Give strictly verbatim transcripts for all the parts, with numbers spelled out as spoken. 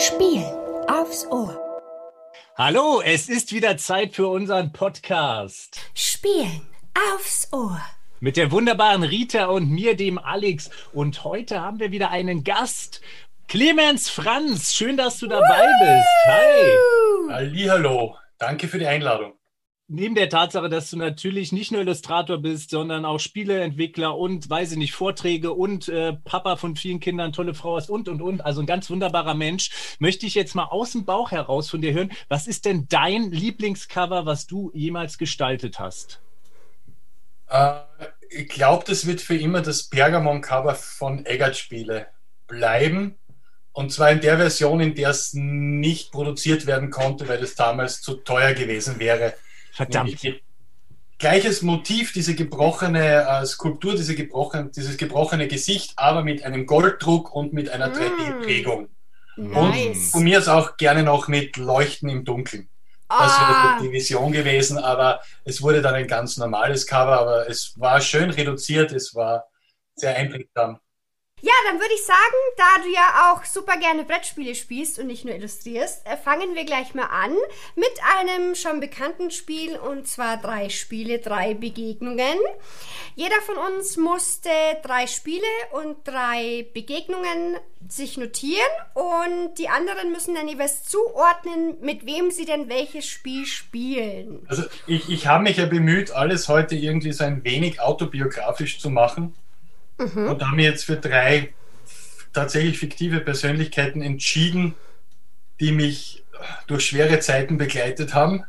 Spiel aufs Ohr. Hallo, es ist wieder Zeit für unseren Podcast. Spielen aufs Ohr. Mit der wunderbaren Rita und mir, dem Alex. Und heute haben wir wieder einen Gast. Clemens Franz, schön, dass du dabei bist. Hi. Hallihallo, danke für die Einladung. Neben der Tatsache, dass du natürlich nicht nur Illustrator bist, sondern auch Spieleentwickler und, weiß ich nicht, Vorträge und äh, Papa von vielen Kindern, tolle Frau hast und, und, und, also ein ganz wunderbarer Mensch, möchte ich jetzt mal aus dem Bauch heraus von dir hören, was ist denn dein Lieblingscover, was du jemals gestaltet hast? Äh, ich glaube, das wird für immer das Pergamon-Cover von Eggert-Spiele bleiben. Und zwar in der Version, in der es nicht produziert werden konnte, weil es damals zu teuer gewesen wäre. Verdammt. Gleiches Motiv, diese gebrochene äh, Skulptur, diese gebrochen, dieses gebrochene Gesicht, aber mit einem Golddruck und mit einer drei D-Prägung. Nice. Und von mir ist auch gerne noch mit Leuchten im Dunkeln. Das Ah. wäre die Vision gewesen, aber es wurde dann ein ganz normales Cover, aber es war schön reduziert, es war sehr einprägsam. Ja, dann würde ich sagen, da du ja auch super gerne Brettspiele spielst und nicht nur illustrierst, äh, fangen wir gleich mal an mit einem schon bekannten Spiel, und zwar drei Spiele, drei Begegnungen. Jeder von uns musste drei Spiele und drei Begegnungen sich notieren und die anderen müssen dann jeweils zuordnen, mit wem sie denn welches Spiel spielen. Also ich, ich habe mich ja bemüht, alles heute irgendwie so ein wenig autobiografisch zu machen. Mhm. Und habe mich jetzt für drei tatsächlich fiktive Persönlichkeiten entschieden, die mich durch schwere Zeiten begleitet haben.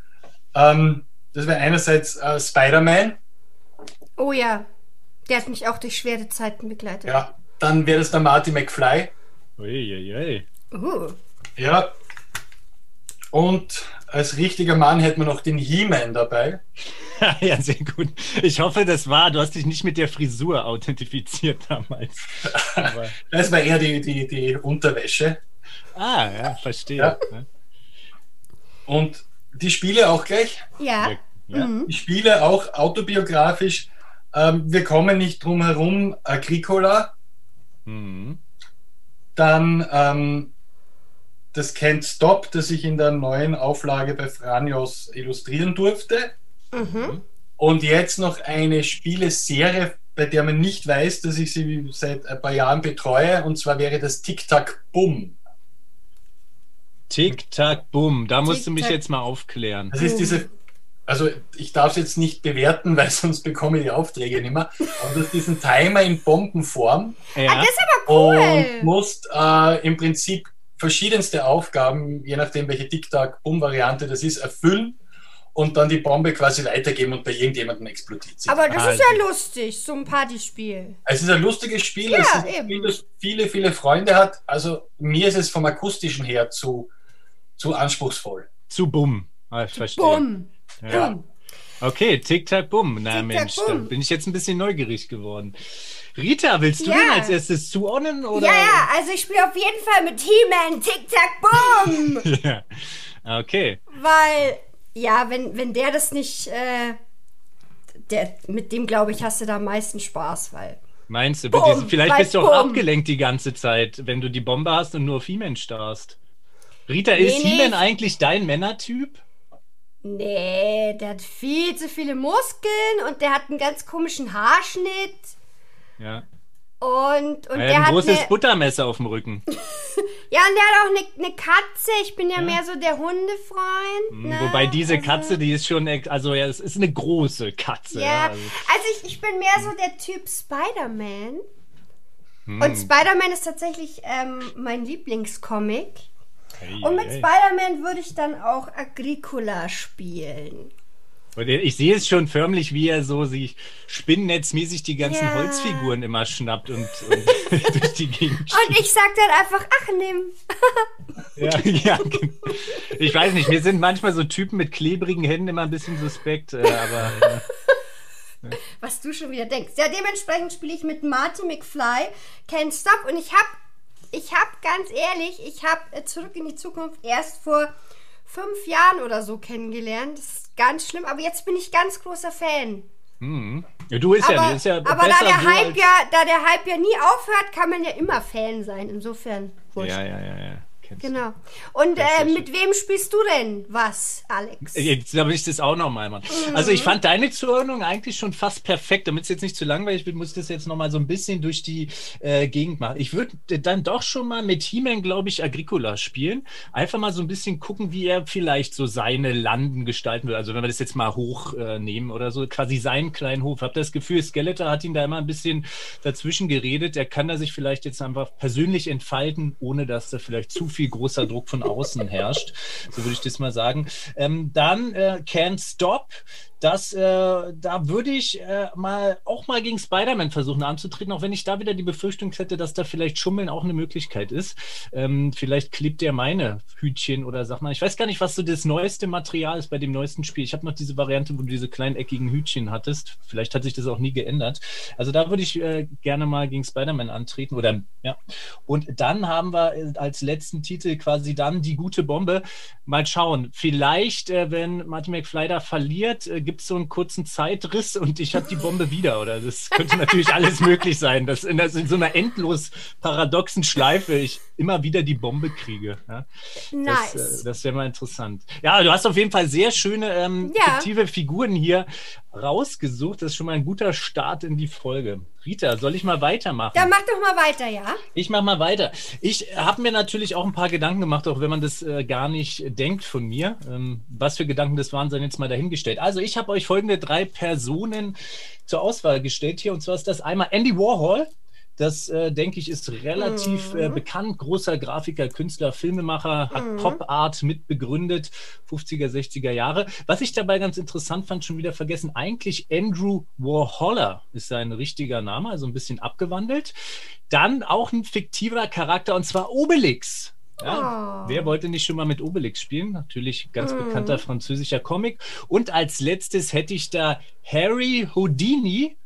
Ähm, das wäre einerseits äh, Spider-Man. Oh ja, der hat mich auch durch schwere Zeiten begleitet. Ja, dann wäre das der Marty McFly. Uiuiui. Uh. Ja. Und als richtiger Mann hätten wir noch den He-Man dabei. Ja, sehr gut. Ich hoffe, das war, du hast dich nicht mit der Frisur authentifiziert damals. Aber das war eher die, die, die Unterwäsche. ah, ja, verstehe. Ja. Und die Spiele auch gleich. Ja. Ja. Mhm. Die Spiele auch autobiografisch. Ähm, wir kommen nicht drum herum. Agricola. Mhm. Dann ähm, das Can't Stop, das ich in der neuen Auflage bei Franios illustrieren durfte. Mhm. Und jetzt noch eine Spieleserie, bei der man nicht weiß, dass ich sie seit ein paar Jahren betreue. Und zwar wäre das Tic-Tac-Boom. Tick-Tack-Bumm, da musst du mich Tick-Tack. jetzt mal aufklären. Das ist diese, also ich darf es jetzt nicht bewerten, weil sonst bekomme ich die Aufträge nicht mehr. Aber das ist diesen Timer in Bombenform Ja. Das ist aber cool. und musst äh, im Prinzip verschiedenste Aufgaben, je nachdem welche Tic-Tac-Boom-Variante das ist, erfüllen und dann die Bombe quasi weitergeben und bei irgendjemandem explodiert sie. Aber das Ah, ist ja lustig, so ein Partyspiel. Es ist ein lustiges Spiel, Ja, es ist ein eben. Spiel, das viele, viele Freunde hat. Also mir ist es vom Akustischen her zu, zu anspruchsvoll. Zu Bumm. Ah, ich verstehe. Bumm. Ja. Bumm. Okay, Tick-Tack-Bumm. Na Tick-Tack-Bumm. Mensch, da bin ich jetzt ein bisschen neugierig geworden. Rita, willst du Ja. den als erstes zuordnen? Oder? Ja, ja, also ich spiele auf jeden Fall mit He-Man Tic-Tac-Boom. Ja. Okay. Weil, ja, wenn, wenn der das nicht, äh, der, mit dem, glaube ich, hast du da am meisten Spaß, weil... Meinst du, Bumm, diese- vielleicht gleich bist du auch Bumm. abgelenkt die ganze Zeit, wenn du die Bombe hast und nur auf He-Man starrst. Rita, Nee, ist nee. He-Man eigentlich dein Männertyp? Nee, der hat viel zu viele Muskeln und der hat einen ganz komischen Haarschnitt Ja. und, und Er der hat ein hat großes eine, Buttermesser auf dem Rücken. ja, und der hat auch eine, eine Katze. Ich bin ja, mehr so der Hundefreund. Ne? Wobei diese Also- Katze, die ist schon, ex- also ja, es ist eine große Katze. Ja, also, also ich, ich bin mehr so der Typ Spider-Man. hm. Und Spider-Man ist tatsächlich ähm, mein Lieblingscomic. Hey, Und mit hey. Spider-Man würde ich dann auch Agricola spielen. Und ich sehe es schon förmlich, wie er so sich spinnnetzmäßig die ganzen Ja. Holzfiguren immer schnappt und, und durch die Gegend Und ich sag dann einfach, ach nimm. Ja, ja, genau. Ich weiß nicht, mir sind manchmal so Typen mit klebrigen Händen immer ein bisschen suspekt, äh, aber ja. Was du schon wieder denkst. Ja, dementsprechend spiele ich mit Marty McFly Can't Stop. Und ich hab, ich hab ganz ehrlich, ich hab äh, Zurück in die Zukunft erst vor fünf Jahren oder so kennengelernt. Das ist ganz schlimm, aber jetzt bin ich ganz großer Fan. Hm. Ja, du ist ja, aber du ist ja aber da besser der so Hype als, ja, da der Hype ja nie aufhört, kann man ja immer Fan sein. Insofern wurscht. Ja, ja, ja, ja. kennst Genau. Und Das ist äh, sehr mit wem spielst du denn was, Alex? Jetzt habe ich das auch nochmal machen. Also ich fand deine Zuordnung eigentlich schon fast perfekt. Damit es jetzt nicht zu langweilig wird, muss ich das jetzt nochmal so ein bisschen durch die äh, Gegend machen. Ich würde dann doch schon mal mit He-Man, glaube ich, Agricola spielen. Einfach mal so ein bisschen gucken, wie er vielleicht so seine Landen gestalten will. Also wenn wir das jetzt mal hochnehmen äh, oder so, quasi seinen kleinen Hof. Hab das Gefühl, Skeletor hat ihn da immer ein bisschen dazwischen geredet. Er kann da sich vielleicht jetzt einfach persönlich entfalten, ohne dass da vielleicht zu viel großer Druck von außen herrscht. So würde ich das mal sagen. Ähm, dann äh, Can't Stop. Das, äh, da würde ich äh, mal auch mal gegen Spider-Man versuchen anzutreten, auch wenn ich da wieder die Befürchtung hätte, dass da vielleicht Schummeln auch eine Möglichkeit ist. Ähm, vielleicht klebt der meine Hütchen oder sag mal, ich weiß gar nicht, was so das neueste Material ist bei dem neuesten Spiel. Ich habe noch diese Variante, wo du diese kleinen eckigen Hütchen hattest. Vielleicht hat sich das auch nie geändert. Also da würde ich äh, gerne mal gegen Spider-Man antreten. Oder ja. Und dann haben wir als letzten Titel quasi dann die gute Bombe. Mal schauen. Vielleicht, äh, wenn Marty McFly da verliert, äh, gibt es so einen kurzen Zeitriss und ich habe die Bombe wieder. Oder das könnte natürlich alles möglich sein, dass in, das, in so einer endlos paradoxen Schleife ich immer wieder die Bombe kriege. Ja? Nice. Das, äh, das wäre mal interessant. Ja, du hast auf jeden Fall sehr schöne ähm, Ja. fiktive Figuren hier rausgesucht. Das ist schon mal ein guter Start in die Folge. Rita, soll ich mal weitermachen? Dann mach doch mal weiter, ja? Ich mache mal weiter. Ich habe mir natürlich auch ein paar Gedanken gemacht, auch wenn man das äh, gar nicht denkt von mir. Ähm, was für Gedanken das waren, sind jetzt mal dahingestellt. Also ich habe euch folgende drei Personen zur Auswahl gestellt hier. Und zwar ist das einmal Andy Warhol. Das, äh, denke ich, ist relativ Mhm. äh, bekannt. Großer Grafiker, Künstler, Filmemacher, hat Mhm. Pop Art mitbegründet, fünfziger, sechziger Jahre. Was ich dabei ganz interessant fand, schon wieder vergessen, eigentlich Andrew Warholer ist sein richtiger Name, also ein bisschen abgewandelt. Dann auch ein fiktiver Charakter, und zwar Obelix. Ja, Oh. wer wollte nicht schon mal mit Obelix spielen? Natürlich ganz Mhm. bekannter französischer Comic. Und als letztes hätte ich da Harry Houdini,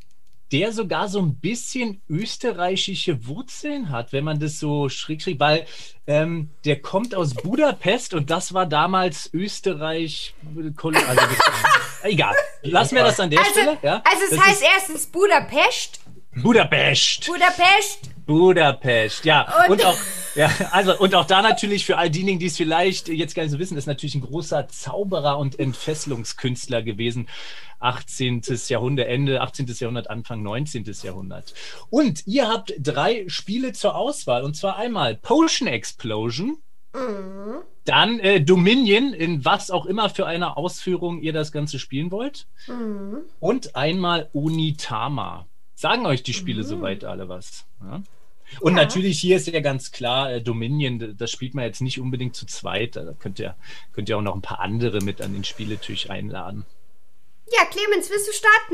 der sogar so ein bisschen österreichische Wurzeln hat, wenn man das so schräg schräg, weil ähm, der kommt aus Budapest und das war damals Österreich. Also das, egal, lassen wir das an der Also, Stelle. Ja? also es Das heißt ist erstens Budapest. Budapest. Budapest. Budapest, ja. Und- Und, auch, ja, also, und auch da natürlich für all diejenigen, die es vielleicht jetzt gar nicht so wissen, ist natürlich ein großer Zauberer und Entfesselungskünstler gewesen. achtzehntes Jahrhundert, Ende achtzehntes Jahrhundert, Anfang neunzehntes Jahrhundert. Und ihr habt drei Spiele zur Auswahl. Und zwar einmal Potion Explosion, Mhm. dann äh, Dominion, in was auch immer für eine Ausführung ihr das Ganze spielen wollt. Mhm. Und einmal Onitama. Sagen euch die Spiele Mhm. soweit alle was? Ja? Und Ja. natürlich hier ist ja ganz klar, äh, Dominion, das spielt man jetzt nicht unbedingt zu zweit. Da könnt ihr, könnt ihr auch noch ein paar andere mit an den Spieletisch einladen. Ja, Clemens, willst du starten?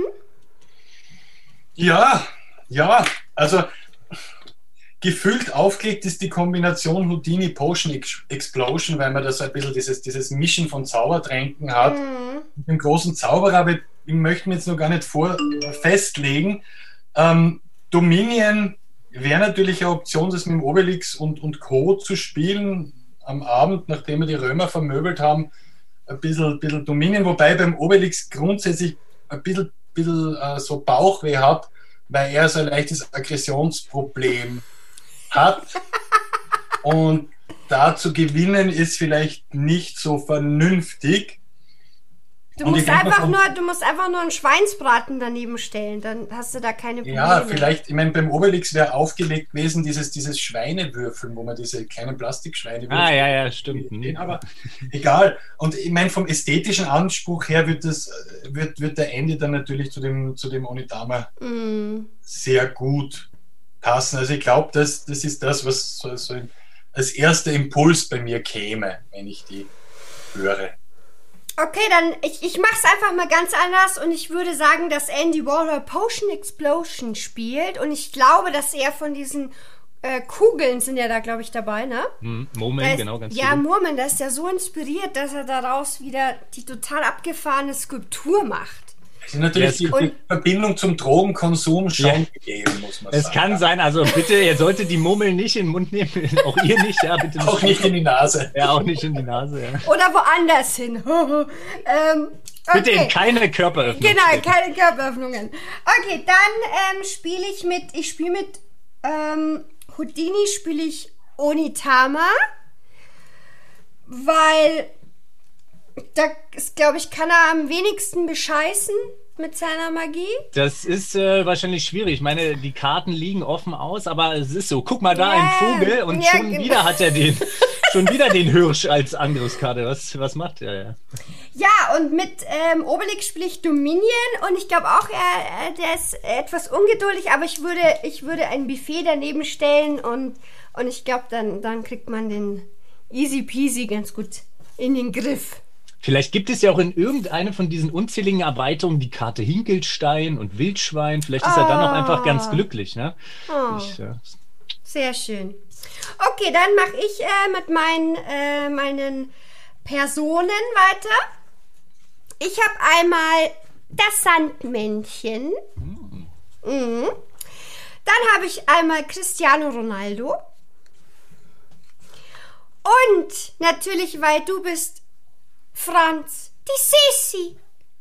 Ja, ja, also gefühlt aufgelegt ist die Kombination Houdini Potion Ex- Explosion, weil man da so ein bisschen dieses, dieses Mischen von Zaubertränken hat. Mhm. Mit dem großen Zauberer, aber ich möchte mir jetzt noch gar nicht vor festlegen. Ähm, Dominion wäre natürlich eine Option, das mit dem Obelix und, und Co. zu spielen am Abend, nachdem wir die Römer vermöbelt haben. Ein bisschen, bisschen Dominion, wobei beim Obelix grundsätzlich ein bisschen, bisschen äh, so Bauchweh hat, weil er so ein leichtes Aggressionsproblem hat. Und da zu gewinnen ist vielleicht nicht so vernünftig. Du Und musst, ich denk mal einfach vom- nur, du musst einfach nur einen Schweinsbraten daneben stellen, dann hast du da keine Probleme. Ja, vielleicht, ich meine, beim Obelix wäre aufgelegt gewesen, dieses, dieses Schweinewürfeln, wo man diese kleinen Plastikschweine Ah, ja, ja, stimmt. würfeln. Aber egal. Und ich meine, vom ästhetischen Anspruch her wird, das, wird, wird der Ende dann natürlich zu dem, zu dem Onitama Mhm. sehr gut passen. Also ich glaube, das, das ist das, was so, so als erster Impuls bei mir käme, wenn ich die höre. Okay, dann ich, ich mach's einfach mal ganz anders und ich würde sagen, dass Andy Warhol Potion Explosion spielt und ich glaube, dass er von diesen äh, Kugeln sind ja da, glaube ich, dabei, ne? Hm, Da Moment, ist- genau, ganz ja, viele. Murmeln, da ist er so inspiriert, dass er daraus wieder die total abgefahrene Skulptur macht. Es ist natürlich Ja, die und- Verbindung zum Drogenkonsum schon Ja. gegeben, muss man Es sagen. kann sein, also bitte, ihr solltet die Murmel nicht in den Mund nehmen. Auch ihr nicht, ja, bitte Auch nicht in die Nase. Ja, auch nicht in die Nase, ja. Oder woanders hin. ähm, Bitte in okay. keine Körperöffnung. Genau, stecken. keine Körperöffnungen. Okay, dann ähm, spiele ich mit, ich spiele mit ähm, Houdini spiele ich Onitama, weil da ist, glaube ich, kann er am wenigsten bescheißen mit seiner Magie. Das ist äh, wahrscheinlich schwierig. Ich meine, die Karten liegen offen aus, aber es ist so. Guck mal da, Ja, ein Vogel und ja, schon genau. wieder hat er den, schon wieder den Hirsch als Angriffskarte. Was, was macht er? Ja. Ja, und mit ähm, Obelix spiele ich Dominion und ich glaube auch, er, er, der ist etwas ungeduldig, aber ich würde, ich würde ein Buffet daneben stellen und, und ich glaube, dann, dann kriegt man den easy peasy ganz gut in den Griff. Vielleicht gibt es ja auch in irgendeiner von diesen unzähligen Erweiterungen die Karte Hinkelstein und Wildschwein. Vielleicht ist er dann auch einfach ganz glücklich. Ne? Oh. Ich, äh, Sehr schön. Okay, dann mache ich äh, mit meinen, äh, meinen Personen weiter. Ich habe einmal das Sandmännchen. Mhm. Dann habe ich einmal Cristiano Ronaldo. Und natürlich, weil du bist Franz, die Sissi.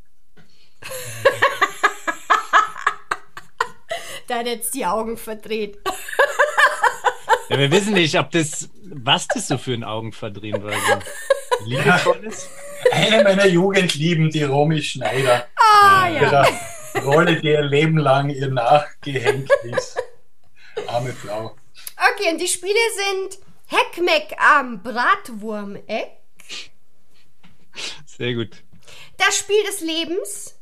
Da hat jetzt die Augen verdreht. ja, wir wissen nicht, ob das, was das so für ein Augenverdrehen war. So liebevolles. Eine meiner Jugendlieben, die Romy Schneider. Ah, mit ja. ihrer Rolle, die ihr Leben lang ihr nachgehängt ist. Arme Frau. Okay, und die Spiele sind Heckmeck am Bratwurmeck, Sehr gut. das Spiel des Lebens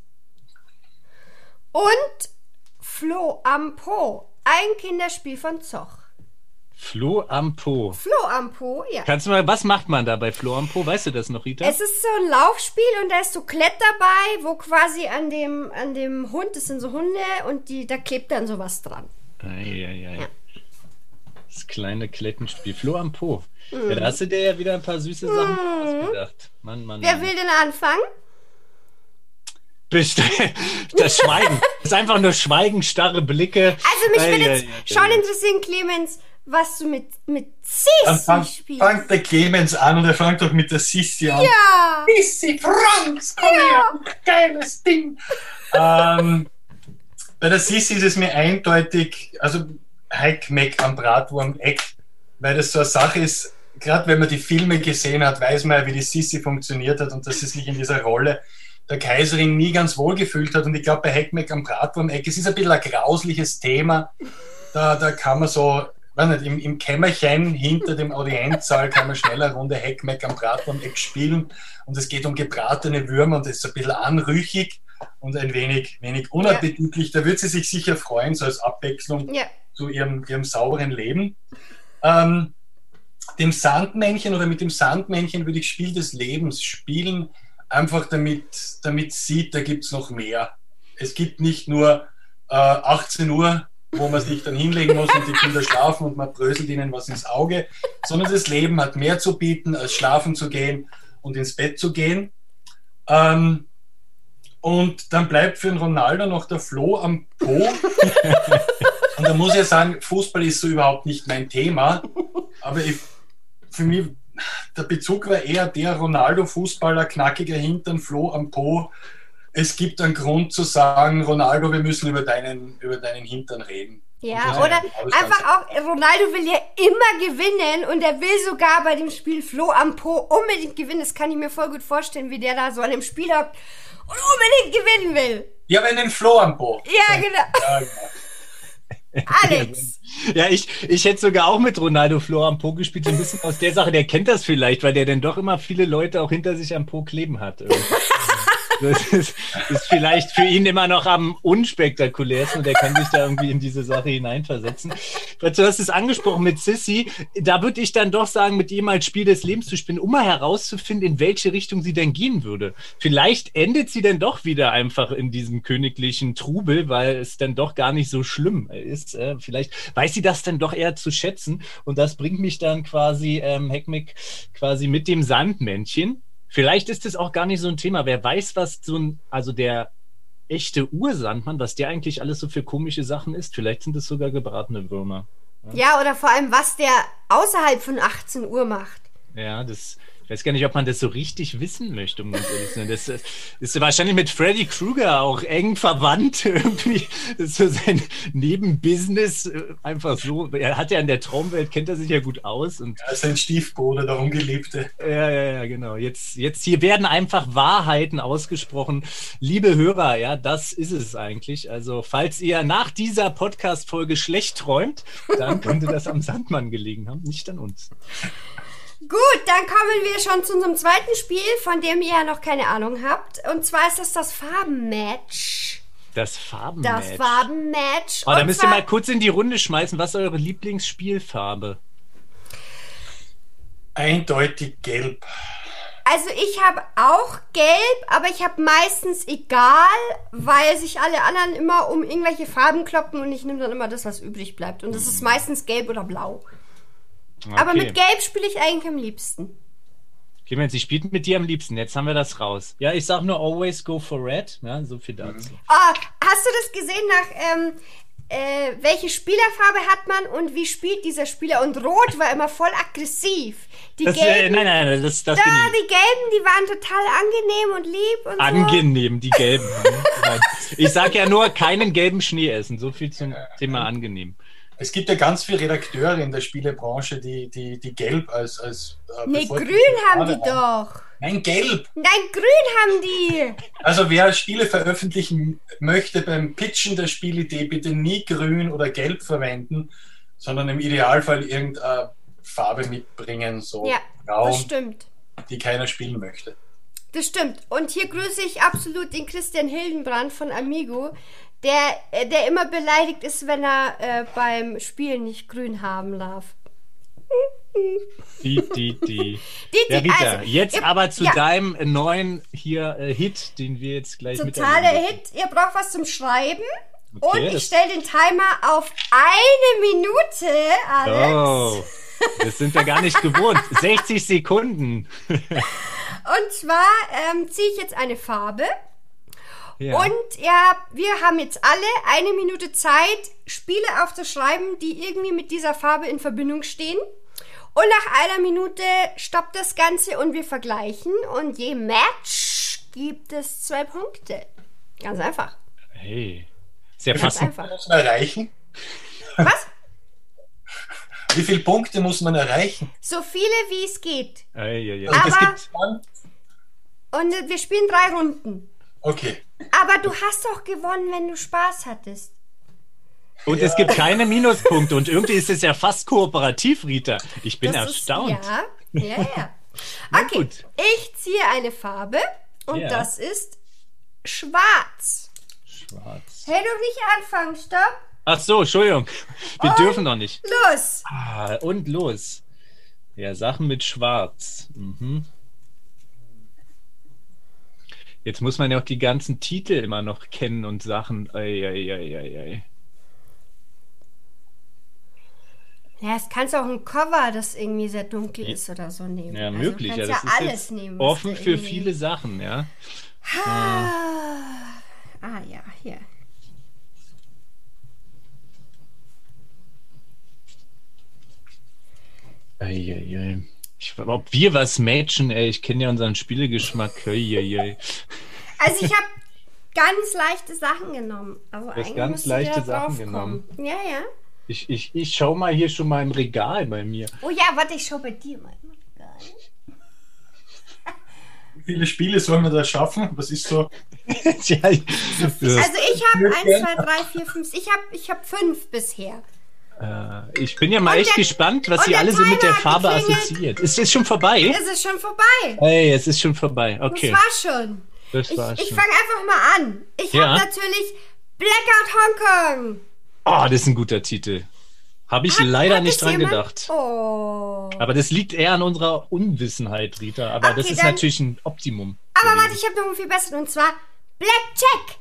und Floh am Po, ein Kinderspiel von Zoch. Floh am Po. Floh am Po, ja. Kannst du mal, was macht man da bei Floh am Po? Weißt du das noch, Rita? Es ist so ein Laufspiel und da ist so Klett dabei, wo quasi an dem, an dem Hund, das sind so Hunde und die, da klebt dann sowas dran. Ei, ei, ei. Ja. Das kleine Klettenspiel. Floh am Po. Mm. Ja, da hast du dir ja wieder ein paar süße Sachen mm. ausgedacht. Mann, Mann, Wer Mann. will denn anfangen? Bist das Schweigen. Das ist einfach nur Schweigen, starre Blicke. Also mich Ei, würde ei, jetzt ei, schon ei. interessieren, Clemens, was du mit, mit Dann Sissi fang, spielst. fangt der Clemens an und er fängt doch mit der Sissi an. Ja. Sissi, Franz, komm her, geiles Ding. ähm, bei der Sissi ist es mir eindeutig, also Heckmeck am Bratwurm-Eck, weil das so eine Sache ist, gerade wenn man die Filme gesehen hat, weiß man ja, wie die Sissi funktioniert hat und dass sie sich in dieser Rolle der Kaiserin nie ganz wohl gefühlt hat. Und ich glaube, bei Heckmeck am Bratwurm-Eck, es ist ein bisschen ein grausliches Thema. Da, da kann man so, weiß nicht, im, im Kämmerchen hinter dem Audienzsaal kann man schnell eine Runde Heckmeck am Bratwurm-Eck spielen. Und es geht um gebratene Würmer und es ist ein bisschen anrüchig und ein wenig, wenig unappetitlich. Ja. Da wird sie sich sicher freuen, so als Abwechslung ja. zu ihrem, ihrem sauberen Leben. Ähm, dem Sandmännchen oder mit dem Sandmännchen würde ich Spiel des Lebens spielen, einfach damit, damit sieht, da gibt es noch mehr. Es gibt nicht nur äh, achtzehn Uhr, wo man sich dann hinlegen muss und die Kinder schlafen und man bröselt ihnen was ins Auge, sondern das Leben hat mehr zu bieten, als schlafen zu gehen und ins Bett zu gehen. Ähm, und dann bleibt für den Ronaldo noch der Floh am Po. Und da muss ich ja sagen, Fußball ist so überhaupt nicht mein Thema, aber ich, für mich, der Bezug war eher der Ronaldo-Fußballer, knackiger Hintern, Floh am Po. Es gibt einen Grund zu sagen, Ronaldo, wir müssen über deinen, über deinen Hintern reden. Ja, oder einfach auch, Ronaldo will ja immer gewinnen und er will sogar bei dem Spiel Floh am Po unbedingt gewinnen. Das kann ich mir voll gut vorstellen, wie der da so an dem Spiel hockt und unbedingt gewinnen will. Ja, wenn den Floh am Po. Ja, genau. Ja, genau. Alex. Ja, ich, ich hätte sogar auch mit Ronaldo Floh am Po gespielt, so ein bisschen aus der Sache, der kennt das vielleicht, weil der dann doch immer viele Leute auch hinter sich am Po kleben hat. Das ist, ist vielleicht für ihn immer noch am unspektakulärsten und der kann sich da irgendwie in diese Sache hineinversetzen. Du hast es angesprochen mit Sissi, da würde ich dann doch sagen, mit ihm als Spiel des Lebens zu spielen, um mal herauszufinden, in welche Richtung sie denn gehen würde. Vielleicht endet sie dann doch wieder einfach in diesem königlichen Trubel, weil es dann doch gar nicht so schlimm ist. Äh, vielleicht weiß sie das dann doch eher zu schätzen und das bringt mich dann quasi, ähm, Heckmeck, quasi mit dem Sandmännchen. Vielleicht ist es auch gar nicht so ein Thema. Wer weiß, was so ein, also der echte Ursandmann, was der eigentlich alles so für komische Sachen ist. Vielleicht sind es sogar gebratene Würmer. Ja. Ja, oder vor allem, was der außerhalb von achtzehn Uhr macht. Ja, das weiß gar nicht, ob man das so richtig wissen möchte, um ganz ehrlich zu sein. Das ist wahrscheinlich mit Freddy Krueger auch eng verwandt. Irgendwie das ist so sein Nebenbusiness. Einfach so. Er hat ja in der Traumwelt, kennt er sich ja gut aus. Und er ist ein Stiefbruder, der Ungeliebte. Ja, ja, ja, genau. Jetzt, jetzt hier werden einfach Wahrheiten ausgesprochen. Liebe Hörer, ja, das ist es eigentlich. Also, falls ihr nach dieser Podcast-Folge schlecht träumt, dann könnte das am Sandmann gelegen haben, nicht an uns. Gut, dann kommen wir schon zu unserem zweiten Spiel, von dem ihr ja noch keine Ahnung habt. Und zwar ist das das Farbenmatch. Das Farbenmatch? Das Farbenmatch. Oh, da müsst ihr mal kurz in die Runde schmeißen. Was ist eure Lieblingsspielfarbe? Eindeutig gelb. Also ich habe auch gelb, aber ich habe meistens egal, weil sich alle anderen immer um irgendwelche Farben kloppen und ich nehme dann immer das, was übrig bleibt. Und das ist meistens gelb oder blau. Okay. Aber mit gelb spiele ich eigentlich am liebsten. Clemens, sie spielt mit dir am liebsten. Jetzt haben wir das raus. Ja, ich sag nur always go for red. Ja, so viel dazu. Oh, hast du das gesehen nach... Ähm, Äh, welche Spielerfarbe hat man und wie spielt dieser Spieler? Und Rot war immer voll aggressiv. Die das, Gelben, äh, nein, nein, nein, das, das da, bin ich. die Gelben, die waren total angenehm und lieb und Angenehm, so. Die Gelben. Ich sag ja nur, keinen gelben Schnee essen. So viel zum Thema angenehm. Es gibt ja ganz viele Redakteure in der Spielebranche, die, die, die gelb als... als äh, nee, grün haben die haben. doch. Nein, gelb. Nein, grün haben die. Also wer Spiele veröffentlichen möchte, beim Pitchen der Spielidee bitte nie grün oder gelb verwenden, sondern im Idealfall irgendeine Farbe mitbringen, so ja, braun, das stimmt. Die keiner spielen möchte. Das stimmt. Und hier grüße ich absolut den Christian Hildenbrand von Amigo, der, der immer beleidigt ist, wenn er äh, beim Spielen nicht grün haben darf. Die, die, die. die, ja, die Rita, also, jetzt ihr, aber zu ja. deinem neuen hier äh, Hit, den wir jetzt gleich mit Totaler Hit. Ihr braucht was zum Schreiben. Okay, und ich stelle den Timer auf eine Minute, Alex. Oh, das sind wir gar nicht gewohnt. sechzig Sekunden. Und zwar ähm, ziehe ich jetzt eine Farbe. Ja. Und ja, wir haben jetzt alle eine Minute Zeit, Spiele aufzuschreiben, die irgendwie mit dieser Farbe in Verbindung stehen. Und nach einer Minute stoppt das Ganze und wir vergleichen. Und je Match gibt es zwei Punkte. Ganz einfach. Hey. Sehr fast einfach. Muss man erreichen? Was? Wie viele Punkte muss man erreichen? So viele, wie es geht. Ei, ei, ei. Aber, es gibt und wir spielen drei Runden. Okay. Aber du hast doch gewonnen, wenn du Spaß hattest. Und ja. Es gibt keine Minuspunkte. Und irgendwie ist es ja fast kooperativ, Rita. Ich bin das erstaunt. Ist, ja, ja, ja. Okay, gut. Ich ziehe eine Farbe und ja. das ist schwarz. Schwarz. Hey, doch nicht anfangen, stopp. Ach so, Entschuldigung. Wir und dürfen noch nicht. Los. Ah, und los. Ja, Sachen mit Schwarz. Mhm. Jetzt muss man ja auch die ganzen Titel immer noch kennen und Sachen. Ei, ei, ei, ei, ei. Ja, es kannst auch ein Cover, das irgendwie sehr dunkel ist oder so nehmen. Ja, möglich. Also ja, das ja ist alles jetzt nehmen, offen für viele Sachen, ja. Ah, ah ja, hier. Eieiei. Ich, ob wir was matchen, ey, ich kenne ja unseren Spielegeschmack. Eieiei. Also ich habe ganz leichte Sachen genommen. Also du hast ganz leichte Sachen genommen. Ja, ja. Ich, ich, ich schau mal hier schon mal im Regal bei mir. Oh ja, warte, ich schau bei dir mal im Regal. Wie viele Spiele sollen wir da schaffen? Was ist so? Also ich habe eins, zwei, drei, vier, fünf. Ich habe ich hab fünf bisher. Äh, ich bin ja mal und echt der, gespannt, was sie alle so mit der Farbe assoziiert. Ist es schon vorbei? Es ist schon vorbei. Hey, es ist schon vorbei. Okay. Das war schon. Das war ich schon. ich fange einfach mal an. Ich ja. habe natürlich Blackout Hongkong. Oh, das ist ein guter Titel. Habe ich hat, leider hat nicht dran jemand? gedacht. Oh. Aber das liegt eher an unserer Unwissenheit, Rita. Aber okay, das ist dann, natürlich ein Optimum. Aber gewesen. Warte, ich habe noch einen viel besseren. Und zwar Blackjack.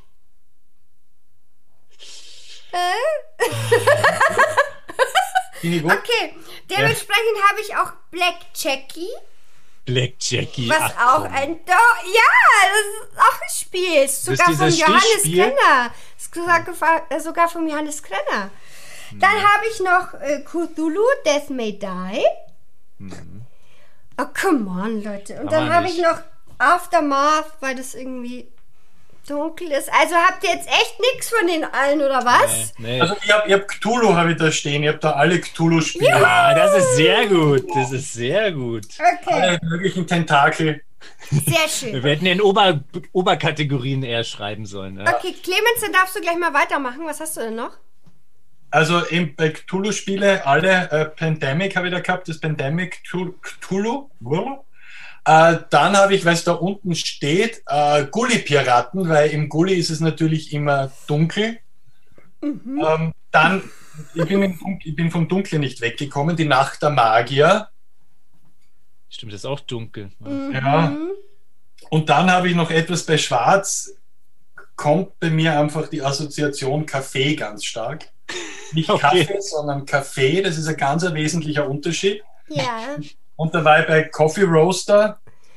Äh? Okay, dementsprechend ja. habe ich auch Black Jackie. Black Jackie. Was Ach, auch ein... Do ja, das ist auch ein Spiel. Ist sogar von Johannes Krenner. Ist sogar, äh, sogar von Johannes Krenner. Mhm. Dann habe ich noch äh, Cthulhu, Death May Die. Mhm. Oh, come on, Leute. Und Kann dann man habe ich nicht. noch Aftermath, weil das irgendwie dunkel ist. Also habt ihr jetzt echt nichts von den allen, oder was? Nee, nee. Also ich habe ich hab Cthulhu habe ich da stehen, ich habe da alle Cthulhu-Spiele, Ah, das ist sehr gut. Das ist sehr gut. Okay, alle möglichen Tentakel. sehr schön. Wir hätten in Ober Oberkategorien eher schreiben sollen. Ja? Okay, Clemens, dann darfst du gleich mal weitermachen. Was hast du denn noch? Also eben bei Cthulhu-Spiele, alle äh, Pandemic habe ich da gehabt, das Pandemic Cthulhu. Cthulhu. Äh, dann habe ich, weil es da unten steht, äh, Gully-Piraten, weil im Gully ist es natürlich immer dunkel. Mhm. Ähm, dann, ich bin, im Dun- ich bin vom Dunkeln nicht weggekommen, die Nacht der Magier. Stimmt, das ist auch dunkel. Mhm. Ja. Und dann habe ich noch etwas bei Schwarz, kommt bei mir einfach die Assoziation Kaffee ganz stark. Nicht Okay. Kaffee, sondern Kaffee, das ist ein ganz ein wesentlicher Unterschied. Ja. Und da war ich bei Coffee Roaster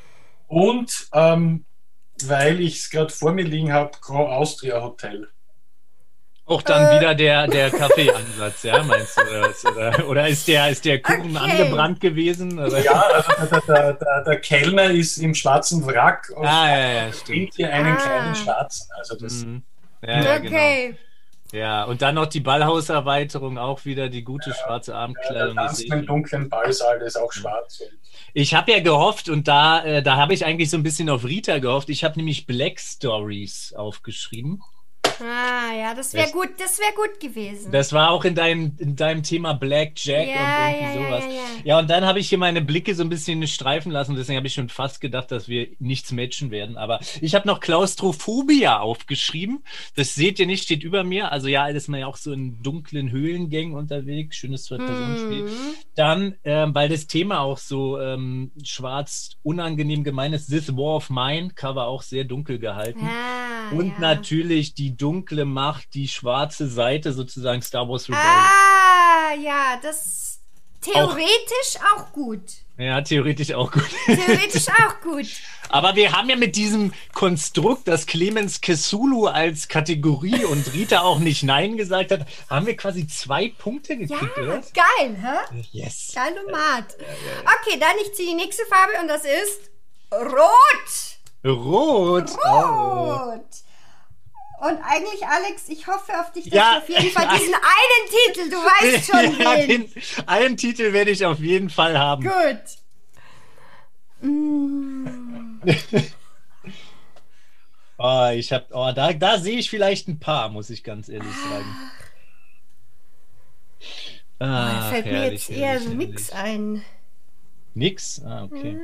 und ähm, weil ich es gerade vor mir liegen habe, Grand Austria Hotel. Auch dann Äh. wieder der, der Kaffeeansatz, ja, meinst du? Oder, was? oder, oder ist, der, ist der Kuchen Okay. angebrannt gewesen? Oder? Ja, also der, der, der, der Kellner ist im schwarzen Wrack und Ah, ja, ja, stimmt. bringt hier einen Ah. kleinen Schwarzen. Also das, Mhm. Ja, ja, genau. Okay. Ja, und dann noch die Ballhauserweiterung, auch wieder die gute schwarze der Abendkleidung. das tanzt sehe im ich. dunklen Ballsaal, der ist auch schwarz. Und Ich habe ja gehofft, und da, äh, da habe ich eigentlich so ein bisschen auf Rita gehofft. Ich habe nämlich Black Stories aufgeschrieben. Ah, ja, das wäre Das- gut, das wäre gut gewesen. Das war auch in deinem, in deinem Thema Black Jack Ja, und irgendwie ja, ja, sowas. ja, ja. Ja, und dann habe ich hier meine Blicke so ein bisschen streifen lassen. Deswegen habe ich schon fast gedacht, dass wir nichts matchen werden. Aber ich habe noch Klaustrophobia aufgeschrieben. Das seht ihr nicht, steht über mir. Also ja, ist man ja auch so in dunklen Höhlengängen unterwegs. Schönes Zwei-Personen-Spiel. Mhm. Dann, ähm, weil das Thema auch so ähm, schwarz unangenehm gemein ist, This War of Mine, Cover auch sehr dunkel gehalten. Ah, Und ja. natürlich die dunkle Macht, die schwarze Seite sozusagen Star Wars Rebellion. Ah, ja, das theoretisch auch, gut. Ja, theoretisch auch gut. Theoretisch auch gut. Aber wir haben ja mit diesem Konstrukt, dass Clemens Cthulhu als Kategorie und Rita auch nicht Nein gesagt hat, haben wir quasi zwei Punkte Ja, gekriegt, oder? geil, hä? Yes. Geilomat. Okay, dann ich ziehe die nächste Farbe und das ist Rot. Rot. Oh. Rot. Und eigentlich, Alex, ich hoffe auf dich, dass Ja. du auf jeden Fall diesen einen Titel, du weißt schon Ja, wen. den, einen Titel werde ich auf jeden Fall haben. Gut. Mm. Oh, ich hab, oh, da, da sehe ich vielleicht ein paar, muss ich ganz ehrlich sagen. Da Ah, fällt mir herrlich, jetzt eher herrlich, so herrlich. nix ein. Nix? Ah, okay.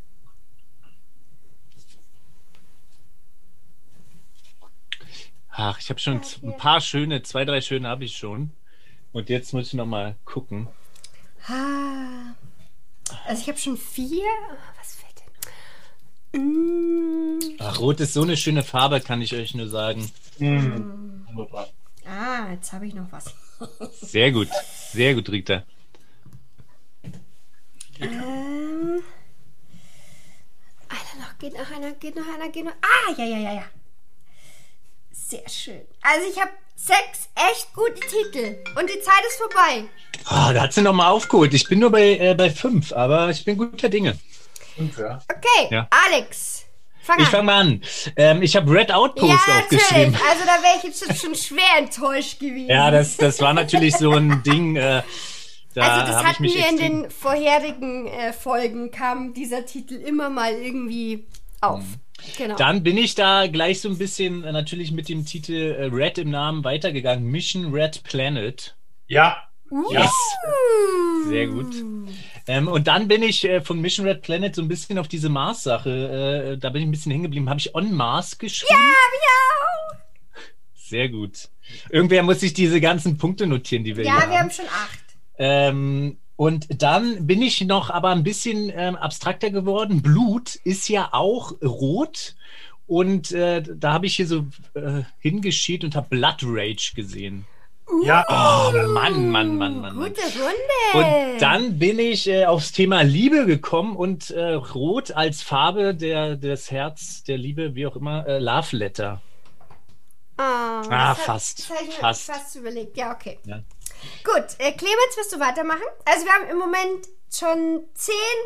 Ach, ich habe schon z- ein paar schöne, zwei, drei schöne habe ich schon. Und jetzt muss ich noch mal gucken. Ah. Also ich habe schon vier. Was fällt denn? Mm. Ach, Rot ist so eine schöne Farbe, kann ich euch nur sagen. Mhm. Wunderbar. Ah, jetzt habe ich noch was. Sehr gut, sehr gut, Rita. Ähm. Einer noch, geht noch einer, geht noch einer, geht noch. Ah, ja, ja, ja, ja. Sehr schön. Also ich habe sechs echt gute Titel. Und die Zeit ist vorbei. Ah, da hat sie noch mal aufgeholt. Ich bin nur bei, äh, bei fünf, aber ich bin guter Dinge. Und ja. Okay, Ja. Alex. Fang Ich an. fange mal an. Ähm, ich habe Red Outpost Ja, aufgeschrieben. natürlich. Also da wäre ich jetzt schon schwer enttäuscht gewesen. Ja, das, das war natürlich so ein Ding. Äh, da also das hab ich hatten mich wir in extrem- den vorherigen äh, Folgen, kam dieser Titel immer mal irgendwie auf. Genau. Dann bin ich da gleich so ein bisschen äh, natürlich mit dem Titel äh, Red im Namen weitergegangen. Mission Red Planet. Ja. Yes. Sehr gut. Ähm, und dann bin ich äh, von Mission Red Planet so ein bisschen auf diese Mars-Sache, äh, da bin ich ein bisschen hängen geblieben. Habe ich On Mars geschrieben? Ja, ja. Sehr gut. Irgendwer muss sich diese ganzen Punkte notieren, die wir Ja, hier wir haben. haben schon acht. Ähm, und dann bin ich noch aber ein bisschen ähm, abstrakter geworden. Blut ist ja auch rot. Und äh, da habe ich hier so äh, hingeschielt und habe Blood Rage gesehen. Ja. Oh, Mann, Mann, Mann, Mann. Mann. Gute Runde. Und dann bin ich äh, aufs Thema Liebe gekommen und äh, Rot als Farbe der, des Herz, der Liebe, wie auch immer, äh, Love Letter. Oh, Ah, das hat- fast, Das habe ich mir fast. fast überlegt. Ja, okay. Ja. Gut, äh, Clemens, wirst du weitermachen? Also wir haben im Moment schon zehn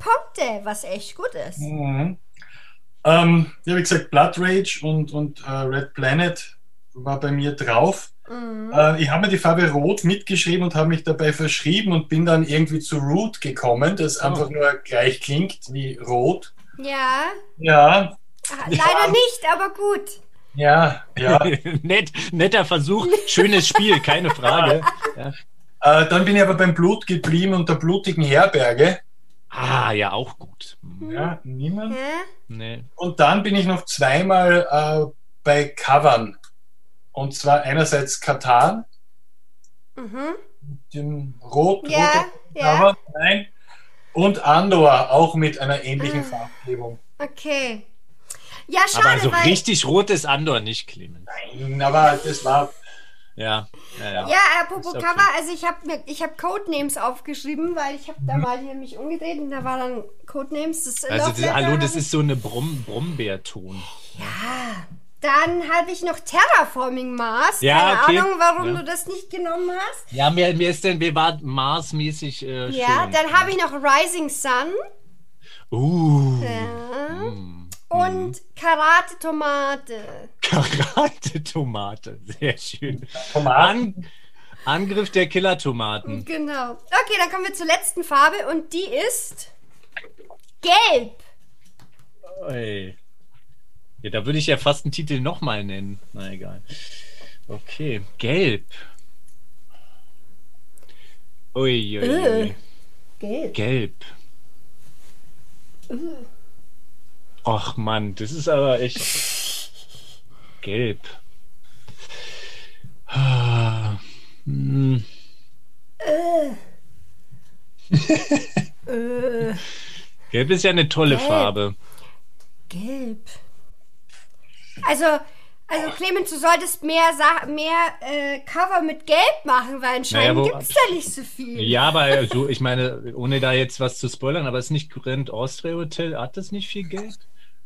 Punkte, was echt gut ist. Mhm. Ähm, ja, wie gesagt, Blood Rage und, und äh, Red Planet war bei mir drauf. Mhm. Äh, ich habe mir die Farbe Rot mitgeschrieben und habe mich dabei verschrieben und bin dann irgendwie zu Root gekommen, das Oh. einfach nur gleich klingt wie Rot. Ja, Ja, ah, leider nicht, aber gut. ja, ja. Nett, netter Versuch, schönes Spiel, keine Frage. Ja. Äh, dann bin ich aber beim Blut geblieben und der blutigen Herberge. Ah, ja, auch gut. Hm, Ja, niemand. Hä? Nee. Und dann bin ich noch zweimal äh, bei Covern. Und zwar einerseits Katan, Mhm. dem rot, Ja, roten ja. Cover, nein. Und Andor, auch mit einer ähnlichen Farbgebung. Okay. Ja, Aber schade, so weil... richtig rot ist Andor nicht, Clemens. Nein, aber das war. Ja, ja, ja. Ja, apropos Ist okay. Cover, also ich habe mir, ich habe Codenames aufgeschrieben, weil ich habe da mal hier mich umgedreht und da war dann Codenames. Das Also, Love das, hallo, Letter das hab ich- ist so eine Brom Brombeerton. Dann habe ich noch Terraforming Mars. Ja, Keine okay. Ahnung, warum Ja. du das nicht genommen hast. Ja, mir, mir ist denn, mir war Mars-mäßig äh, Ja, schön. dann habe ich noch Rising Sun. Uh, Ja. mm. Und Karate Tomate. Karate-Tomate, sehr schön. Tomaten. An Angriff der Killer-Tomaten. Genau. Okay, dann kommen wir zur letzten Farbe und die ist Gelb. Ey. Ja, da würde ich ja fast einen Titel nochmal nennen. Na egal. Okay, gelb. Ui, ui, ui. Gelb. Gelb. Ach Mann, das ist aber echt gelb. Ah, hm. Äh, Gelb ist ja eine tolle Gelb. Farbe. Gelb. Also, also Clemens, du solltest mehr, Sa mehr äh, Cover mit Gelb machen, weil anscheinend Naja, wo- gibt es da nicht so viel. Ja, aber so, ich meine, ohne da jetzt was zu spoilern, aber ist nicht Grand Austria Hotel, hat das nicht viel Geld?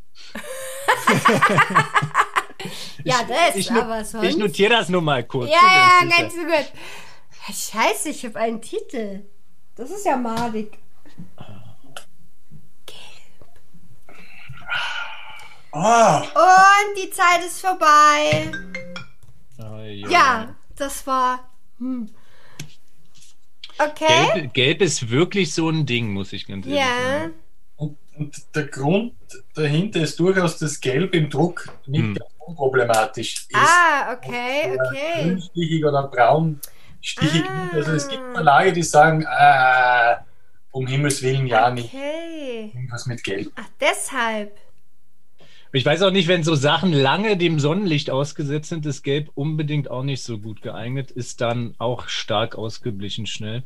Ja, das, Ich, no- aber sonst... ich notiere das nur mal kurz. ja, ja, Das ist ganz so gut. Scheiße, ich habe einen Titel. Das ist ja madig. Ah, Und die Zeit ist vorbei. Ah, Ja, das war... Hm. Okay. Gelb, Gelb ist wirklich so ein Ding, muss ich ganz ehrlich Ja. sagen. und, und der Grund dahinter ist durchaus, dass Gelb im Druck nicht Hm. ganz unproblematisch ist. Ah, okay, Oder okay. grünstichig oder braunstichig. Ah. Also es gibt Verlage, die sagen, äh, um Himmels Willen ja nicht. Okay. Irgendwas mit Gelb. Ach, deshalb. Ich weiß auch nicht, wenn so Sachen lange dem Sonnenlicht ausgesetzt sind, ist Gelb unbedingt auch nicht so gut geeignet, ist dann auch stark ausgeblichen schnell.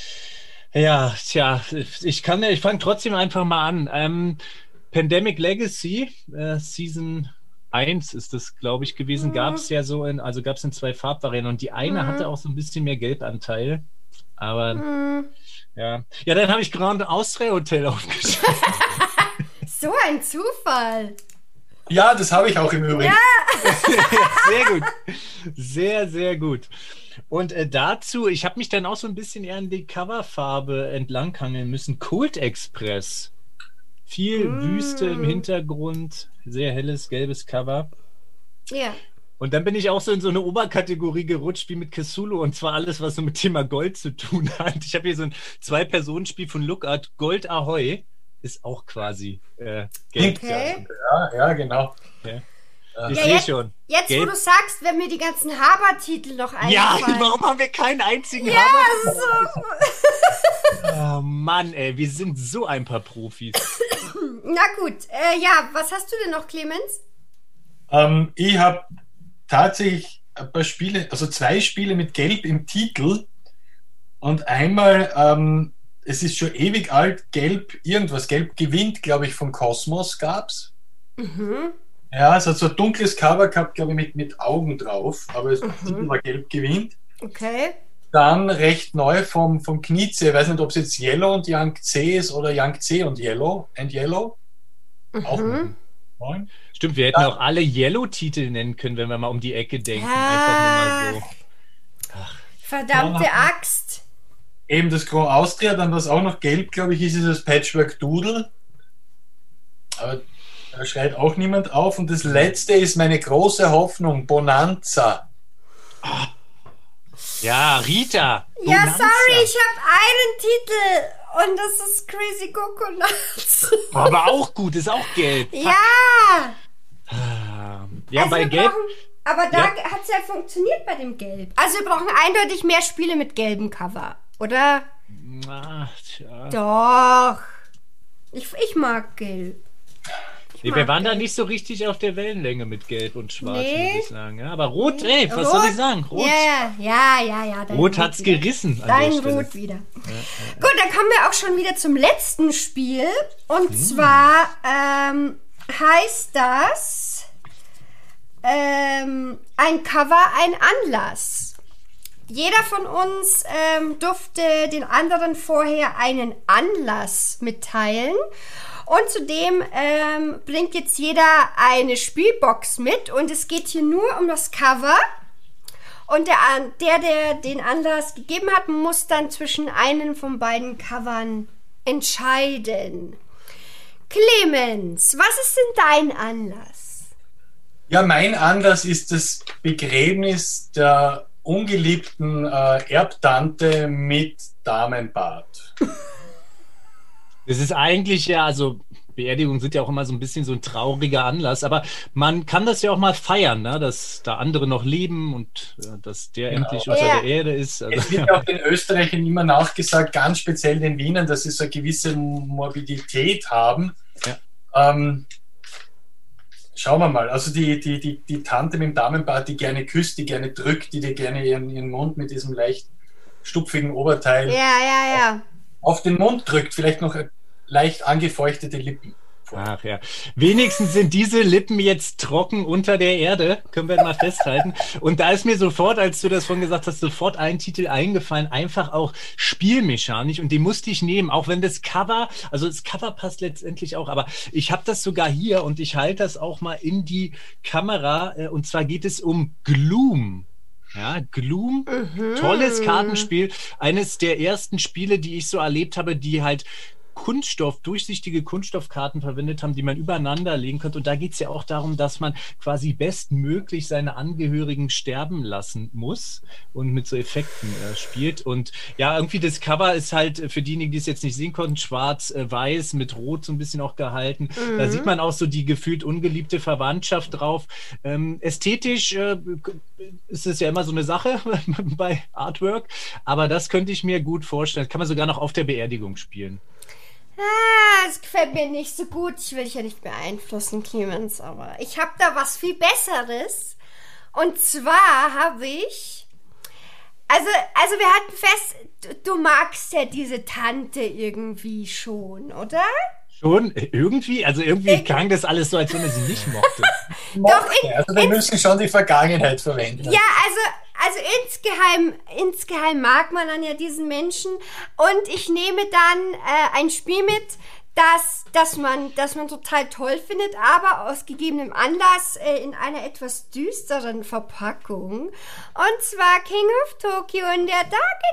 Ja, tja, ich kann, ich fange trotzdem einfach mal an. Ähm, Pandemic Legacy, äh, Season eins ist das, glaube ich, gewesen, Mhm. gab es ja so in, also gab es in zwei Farbvarianten und die eine Mhm. hatte auch so ein bisschen mehr Gelbanteil. Aber Hm. ja. Ja, dann habe ich Grand Austria Hotel aufgeschrieben. So ein Zufall. Ja, das habe ich auch im Übrigen. Sehr gut. Sehr, sehr gut. Und äh, dazu, ich habe mich dann auch so ein bisschen eher an die Coverfarbe entlanghangeln müssen. Cold Express. Viel Mm. Wüste im Hintergrund, sehr helles, gelbes Cover. Ja. Und dann bin ich auch so in so eine Oberkategorie gerutscht wie mit Cthulhu und zwar alles, was so mit Thema Gold zu tun hat. Ich habe hier so ein Zwei-Personen-Spiel von Lookart, Gold Ahoy, ist auch quasi äh, gelb. Okay. Ja, ja, genau. Ja. Ja, Ich Ja, sehe jetzt- schon. Jetzt, wo Gelb. du sagst, wenn mir die ganzen Haber-Titel noch Ja, einfallen. warum haben wir keinen einzigen Ja, Haber? so. Oh Mann, ey, wir sind so ein paar Profis. Na gut. Äh, ja, was hast du denn noch, Clemens? Ähm, ich habe tatsächlich ein paar Spiele, also zwei Spiele mit Gelb im Titel und einmal, ähm, es ist schon ewig alt, Gelb, irgendwas, Gelb gewinnt, glaube ich, von Cosmos gab's. Mhm. Ja, es hat so ein dunkles Cover gehabt, glaube ich, mit, mit Augen drauf, aber das Titel war Gelb gewinnt. Okay. Dann recht neu vom, vom Knieze, ich weiß nicht, ob es jetzt Yellow und Yangtze ist oder Yangtze und Yellow and Yellow. Auch Mhm. neu. Stimmt, wir hätten auch alle Yellow-Titel nennen können, wenn wir mal um die Ecke denken. Ja. Einfach nur mal so. Verdammte Ja. Axt. Eben das Grand Austria, dann was auch noch gelb, glaube ich, ist dieses Patchwork Doodle. Aber da schreit auch niemand auf. Und das letzte ist meine große Hoffnung, Bonanza. Ja, Rita. Ja, Bonanza. sorry, ich habe einen Titel und das ist Crazy Coconuts. Aber auch gut, ist auch gelb. Ja. Ja, Also bei wir gelb. brauchen, aber da Ja. hat es ja funktioniert bei dem Gelb. Also wir brauchen eindeutig mehr Spiele mit gelbem Cover, oder? Ah, tja. Doch. Ich, ich mag Gelb. Ich Nee, mag wir waren da Gelb. nicht so richtig auf der Wellenlänge mit Gelb und Schwarz, Nee. muss ich sagen. Ja, aber Rot, ey, was Rot? soll ich sagen? Rot, Ja, ja, ja, ja. dein Rot hat's wieder. gerissen an Dein der Stelle. Rot wieder. Gut, dann kommen wir auch schon wieder zum letzten Spiel. Und zwar ähm, heißt das ähm, ein Cover, ein Anlass. Jeder von uns ähm, durfte den anderen vorher einen Anlass mitteilen. Und zudem ähm, bringt jetzt jeder eine Spielbox mit. Und es geht hier nur um das Cover. Und der, An- der, der den Anlass gegeben hat, muss dann zwischen einem von beiden Covern entscheiden. Clemens, was ist denn dein Anlass? Ja, mein Anlass ist das Begräbnis der ungeliebten äh, Erbtante mit Damenbart. Das ist eigentlich ja, also Beerdigungen sind ja auch immer so ein bisschen so ein trauriger Anlass, aber man kann das ja auch mal feiern, ne? Dass da andere noch leben und äh, dass der Genau. endlich unter Ja. der Erde ist. Also, Es wird ja auch den Österreichern immer nachgesagt, ganz speziell den Wienern, dass sie so eine gewisse Morbidität haben. Ja. Ähm, schauen wir mal. Also die, die, die, die Tante mit dem Damenbart, die gerne küsst, die gerne drückt, die dir gerne ihren, ihren Mund mit diesem leicht stupfigen Oberteil Ja, ja, ja. auf den Mund drückt, vielleicht noch leicht angefeuchtete Lippen. Ach ja. Wenigstens sind diese Lippen jetzt trocken unter der Erde, können wir mal festhalten. Und da ist mir sofort, als du das vorhin gesagt hast, sofort ein Titel eingefallen, einfach auch spielmechanisch. Und den musste ich nehmen, auch wenn das Cover, also das Cover passt letztendlich auch, aber ich habe das sogar hier und ich halte das auch mal in die Kamera. äh, Und zwar geht es um Gloom. Ja, Gloom, tolles Kartenspiel. Eines der ersten Spiele, die ich so erlebt habe, die halt Kunststoff, durchsichtige Kunststoffkarten verwendet haben, die man übereinander legen könnte. Und da geht es ja auch darum, dass man quasi bestmöglich seine Angehörigen sterben lassen muss und mit so Effekten äh, spielt. Und ja, irgendwie das Cover ist halt äh, für diejenigen, die es jetzt nicht sehen konnten, schwarz-weiß, mit Rot so ein bisschen auch gehalten. Mhm. Da sieht man auch so die gefühlt ungeliebte Verwandtschaft drauf. Ähm, ästhetisch äh, ist es ja immer so eine Sache bei Artwork, aber das könnte ich mir gut vorstellen. Das kann man sogar noch auf der Beerdigung spielen. Ah, es gefällt mir nicht so gut. Ich will dich ja nicht beeinflussen, Clemens, aber ich habe da was viel Besseres. Und zwar habe ich... Also, also wir hatten fest, du, du magst ja diese Tante irgendwie schon, oder? Schon? Irgendwie? Also irgendwie Ich- klang das alles so, als wenn er sie nicht mochte. Doch, in, Also wir müssen schon die Vergangenheit verwenden. Ja, also, also insgeheim, insgeheim mag man dann ja diesen Menschen. Und ich nehme dann äh, ein Spiel mit, das, das, man, das man total toll findet, aber aus gegebenem Anlass äh, in einer etwas düsteren Verpackung. Und zwar King of Tokyo in der Dark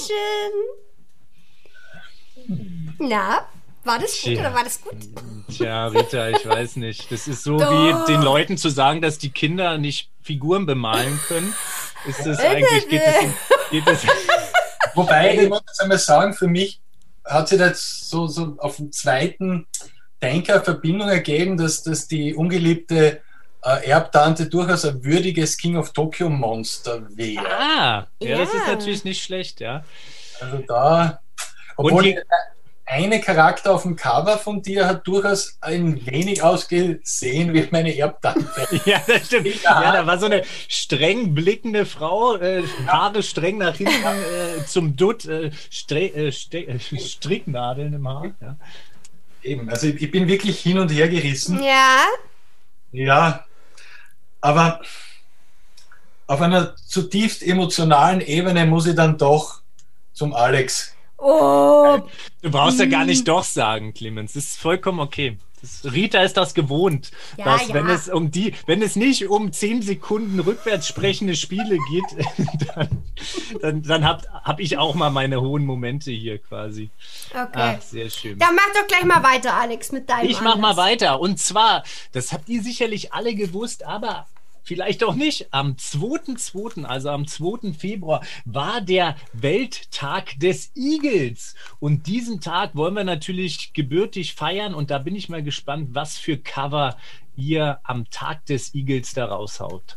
Edition. Na, war das gut Tja. oder war das gut? Tja, Rita, ich weiß nicht. Das ist so Doch. wie den Leuten zu sagen, dass die Kinder nicht Figuren bemalen können. Ist das eigentlich, geht es, in- geht es Wobei, ich muss jetzt einmal sagen, für mich hat sich das so, so auf dem zweiten Denker Verbindung ergeben, dass, dass die ungeliebte äh, Erbtante durchaus ein würdiges King of Tokyo Monster wäre. Ah, ja, das ist Ja. natürlich nicht schlecht, ja. Also da, obwohl die- der eine Charakter auf dem Cover von dir hat durchaus ein wenig ausgesehen wie meine Erbtante. Ja, das stimmt. Ja, da war so eine streng blickende Frau, äh, Haare streng nach hinten äh, zum Dutt, äh, Stre äh, Ste äh, Stricknadeln im Haar. Ja. Eben, also ich, ich bin wirklich hin und her gerissen. Ja, Ja, aber auf einer zutiefst emotionalen Ebene muss ich dann doch zum Alex. oh, Du brauchst ja gar nicht doch sagen, Clemens. Das ist vollkommen okay. Rita ist das gewohnt, Ja, dass ja. wenn es um die, wenn es nicht um zehn Sekunden rückwärts sprechende Spiele geht, dann, dann, dann habe hab ich auch mal meine hohen Momente hier quasi. Okay. Ach, sehr schön. Dann mach doch gleich mal weiter, Alex, mit deinem Ich mach mal Anlass. weiter. Und zwar, das habt ihr sicherlich alle gewusst, aber vielleicht auch nicht. Am zweiten zweiten, also am zweiten Februar, war der Welttag des Igels. Und diesen Tag wollen wir natürlich gebürtig feiern. Und da bin ich mal gespannt, was für Cover ihr am Tag des Igels da raushaut.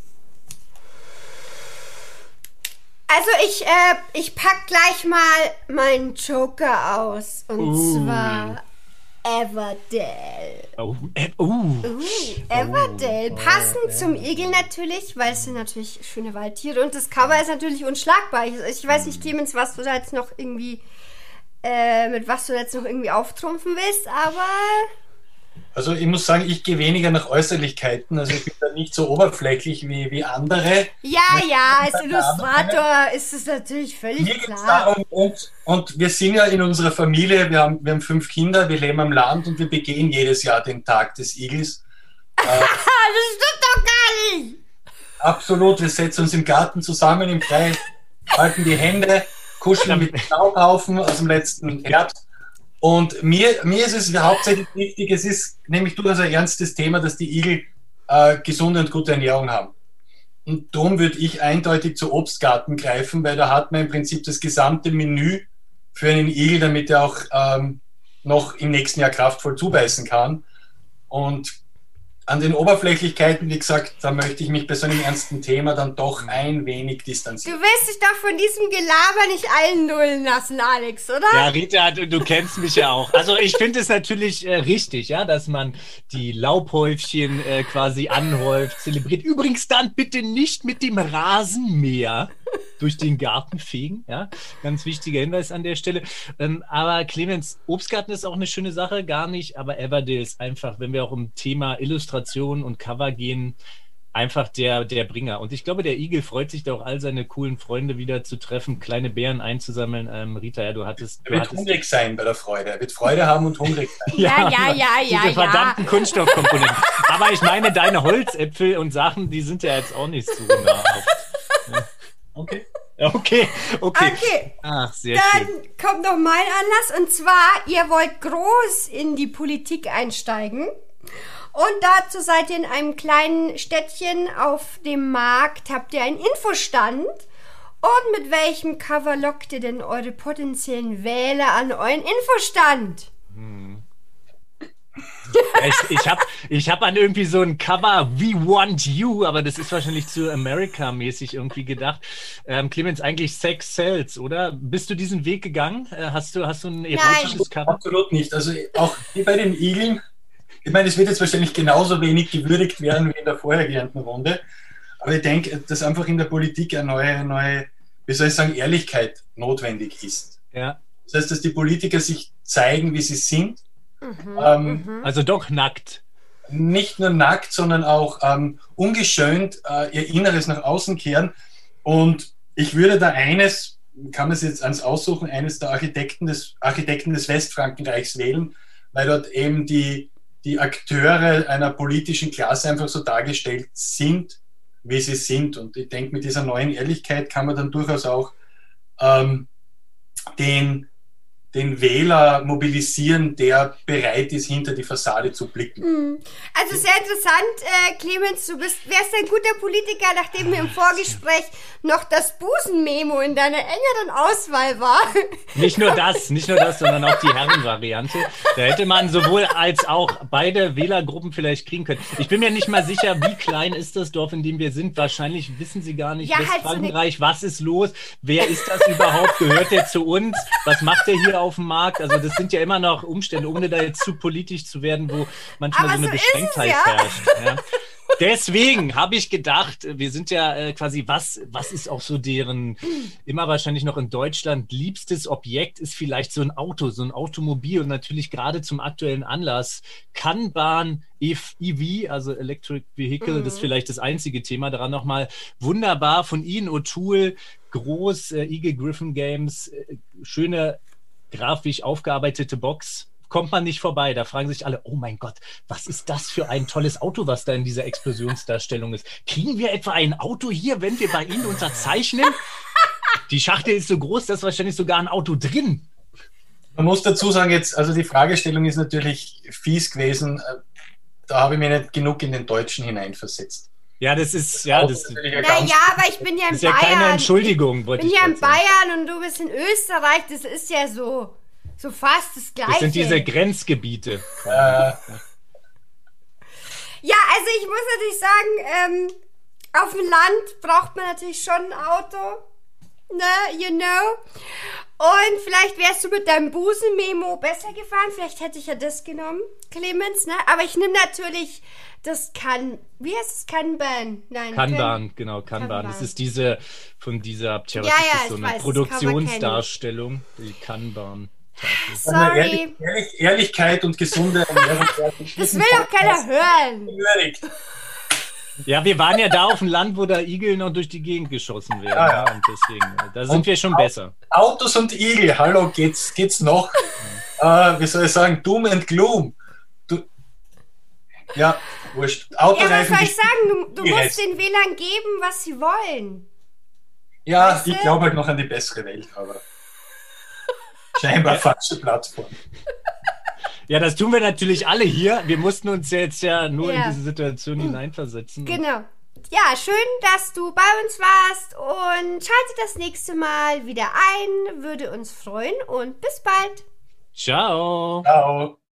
Also ich, äh, ich pack gleich mal meinen Joker aus. Und Uh. zwar Everdell. Oh, äh, uh. Uh, Everdell. Passend zum Igel natürlich, weil es sind natürlich schöne Waldtiere. Und das Cover ist natürlich unschlagbar. Ich, ich weiß nicht, Clemens, was du da jetzt noch irgendwie, äh, mit was du jetzt noch irgendwie auftrumpfen willst, aber... Also ich muss sagen, ich gehe weniger nach Äußerlichkeiten, also ich bin da nicht so oberflächlich wie, wie andere. Ja, ja, als Illustrator ist es natürlich völlig Mir geht es klar. darum, und, und wir sind ja in unserer Familie, wir haben, wir haben fünf Kinder, wir leben am Land und wir begehen jedes Jahr den Tag des Igels. Ah, das stimmt doch gar nicht! Absolut, wir setzen uns im Garten zusammen im Kreis, halten die Hände, kuscheln mit dem Staubhaufen aus dem letzten Herbst. Und mir, mir ist es hauptsächlich wichtig, es ist nämlich durchaus ein ernstes Thema, dass die Igel äh, gesunde und gute Ernährung haben. Und darum würde ich eindeutig zu Obstgarten greifen, weil da hat man im Prinzip das gesamte Menü für einen Igel, damit er auch ähm, noch im nächsten Jahr kraftvoll zubeißen kann. Und an den Oberflächlichkeiten, wie gesagt, da möchte ich mich bei so einem ernsten Thema dann doch ein wenig Du distanzieren. willst dich doch von diesem Gelaber nicht einnullen lassen, Alex, oder? Ja, Rita, du, du kennst mich ja auch. Also ich finde es natürlich äh, richtig, ja, dass man die Laubhäufchen äh, quasi anhäuft, zelebriert. Übrigens dann bitte nicht mit dem Rasenmäher durch den Garten fegen, ja, ganz wichtiger Hinweis an der Stelle. Ähm, aber Clemens, Obstgarten ist auch eine schöne Sache, gar nicht, aber Everdell ist einfach, wenn wir auch um Thema Illustration und Cover gehen, einfach der, der Bringer. Und ich glaube, der Igel freut sich da auch, all seine coolen Freunde wieder zu treffen, kleine Bären einzusammeln. Ähm, Rita, ja, du hattest... Er Du wird hattest hungrig sein bei der Freude. Er wird Freude haben und hungrig sein. Ja, ja, ja, ja, diese ja. verdammten Kunststoffkomponenten. Aber ich meine, deine Holzäpfel und Sachen, die sind ja jetzt auch nicht so nahrhaft. Ja. Okay. Ja, Okay, okay. Okay. Ach, sehr Dann schön. kommt noch mein Anlass, und zwar, ihr wollt groß in die Politik einsteigen. Und dazu seid ihr in einem kleinen Städtchen auf dem Markt, habt ihr einen Infostand. Und mit welchem Cover lockt ihr denn eure potenziellen Wähler an euren Infostand? Ich, ich habe ich hab an irgendwie so ein Cover We Want You, aber das ist wahrscheinlich zu America-mäßig irgendwie gedacht. Ähm, Clemens, eigentlich Sex Sells, oder? Bist du diesen Weg gegangen? Äh, hast du, hast du ein erotisches Cover? Absolut nicht. Also auch wie bei den Igeln. Ich meine, es wird jetzt wahrscheinlich genauso wenig gewürdigt werden wie in der vorhergehenden Runde. Aber ich denke, dass einfach in der Politik eine neue, neue, wie soll ich sagen, Ehrlichkeit notwendig ist. Ja. Das heißt, dass die Politiker sich zeigen, wie sie sind. ähm, Also doch nackt. Nicht nur nackt, sondern auch ähm, ungeschönt äh, ihr Inneres nach außen kehren. Und ich würde da eines, kann man es jetzt ans Aussuchen, eines der Architekten des, Architekten des Westfrankenreichs wählen, weil dort eben die, die Akteure einer politischen Klasse einfach so dargestellt sind, wie sie sind. Und ich denke, mit dieser neuen Ehrlichkeit kann man dann durchaus auch ähm, den den Wähler mobilisieren, der bereit ist, hinter die Fassade zu blicken. Also sehr interessant, äh, Clemens, du bist, wärst ein guter Politiker, nachdem mir im Vorgespräch noch das Busenmemo in deiner engeren Auswahl war. Nicht nur das, nicht nur das, sondern auch die Herrenvariante. Da hätte man sowohl als auch beide Wählergruppen vielleicht kriegen können. Ich bin mir nicht mal sicher, wie klein ist das Dorf, in dem wir sind. Wahrscheinlich wissen sie gar nicht, Ja, halt so Westfrankenreich, was ist los? Wer ist das überhaupt? Gehört der zu uns? Was macht der hier auf dem Markt? Also das sind ja immer noch Umstände, ohne da jetzt zu politisch zu werden, wo manchmal Aber so eine so ist es, Beschränktheit ja. herrscht. Ja. Deswegen habe ich gedacht, wir sind ja äh, quasi, was, was ist auch so deren, immer wahrscheinlich noch in Deutschland, liebstes Objekt ist vielleicht so ein Auto, so ein Automobil, und natürlich gerade zum aktuellen Anlass Kanban E V, also Electric Vehicle, das ist vielleicht das einzige Thema daran nochmal. Wunderbar von Ian O'Toole, groß, äh, Eagle Griffin Games, äh, schöne grafisch aufgearbeitete Box. kommt man nicht vorbei. Da fragen sich alle, oh mein Gott, was ist das für ein tolles Auto, was da in dieser Explosionsdarstellung ist? Kriegen wir etwa ein Auto hier, wenn wir bei Ihnen unterzeichnen? Die Schachtel ist so groß, da ist wahrscheinlich sogar ein Auto drin. Man muss dazu sagen, jetzt, also die Fragestellung ist natürlich fies gewesen. Da habe ich mich nicht genug in den Deutschen hineinversetzt. Ja, das ist, ja, das, naja, aber ich bin ja in das ist ja Bayern. keine Entschuldigung, wollte ich ich bin ja in sagen. Bayern und du bist in Österreich. Das ist ja so, so fast das Gleiche. Das sind diese Grenzgebiete. Äh, Ja, also ich muss natürlich sagen, ähm, auf dem Land braucht man natürlich schon ein Auto. Ne, you know. Und vielleicht wärst du mit deinem Busen-Memo besser gefahren. Vielleicht hätte ich ja das genommen, Clemens, ne? Aber ich nehme natürlich das kann, wie heißt es? Kanban? Nein. Kanban, genau, Kanban. Kanban. Das ist diese, von dieser, tja, was Ja, ist ja, das, so ich eine weiß, das Produktionsdarstellung, die Kanban. Sorry. Ehrlich, Ehrlich, Ehrlichkeit und gesunde Ernährung. Das will doch keiner hören. Würdigt. Ja, wir waren ja da auf dem Land, wo da Igel noch durch die Gegend geschossen werden. Ja, Ja, ja. und deswegen, da sind Und wir schon auch- besser. Autos und Igel, hallo, geht's, geht's noch? äh, wie soll ich sagen, Doom and Gloom. Du, ja, wurscht. Ja, was Autoreifen. soll ich sagen? Du, du die musst Rest. den Wählern geben, was sie wollen. Ja, Weißt du? ich glaube halt noch an die bessere Welt, aber scheinbar falsche Plattform. Ja, das tun wir natürlich alle hier. Wir mussten uns ja jetzt ja nur Ja. in diese Situation hineinversetzen. Genau. Ja, schön, dass du bei uns warst und schalte das nächste Mal wieder ein. Würde uns freuen und bis bald. Ciao. Ciao.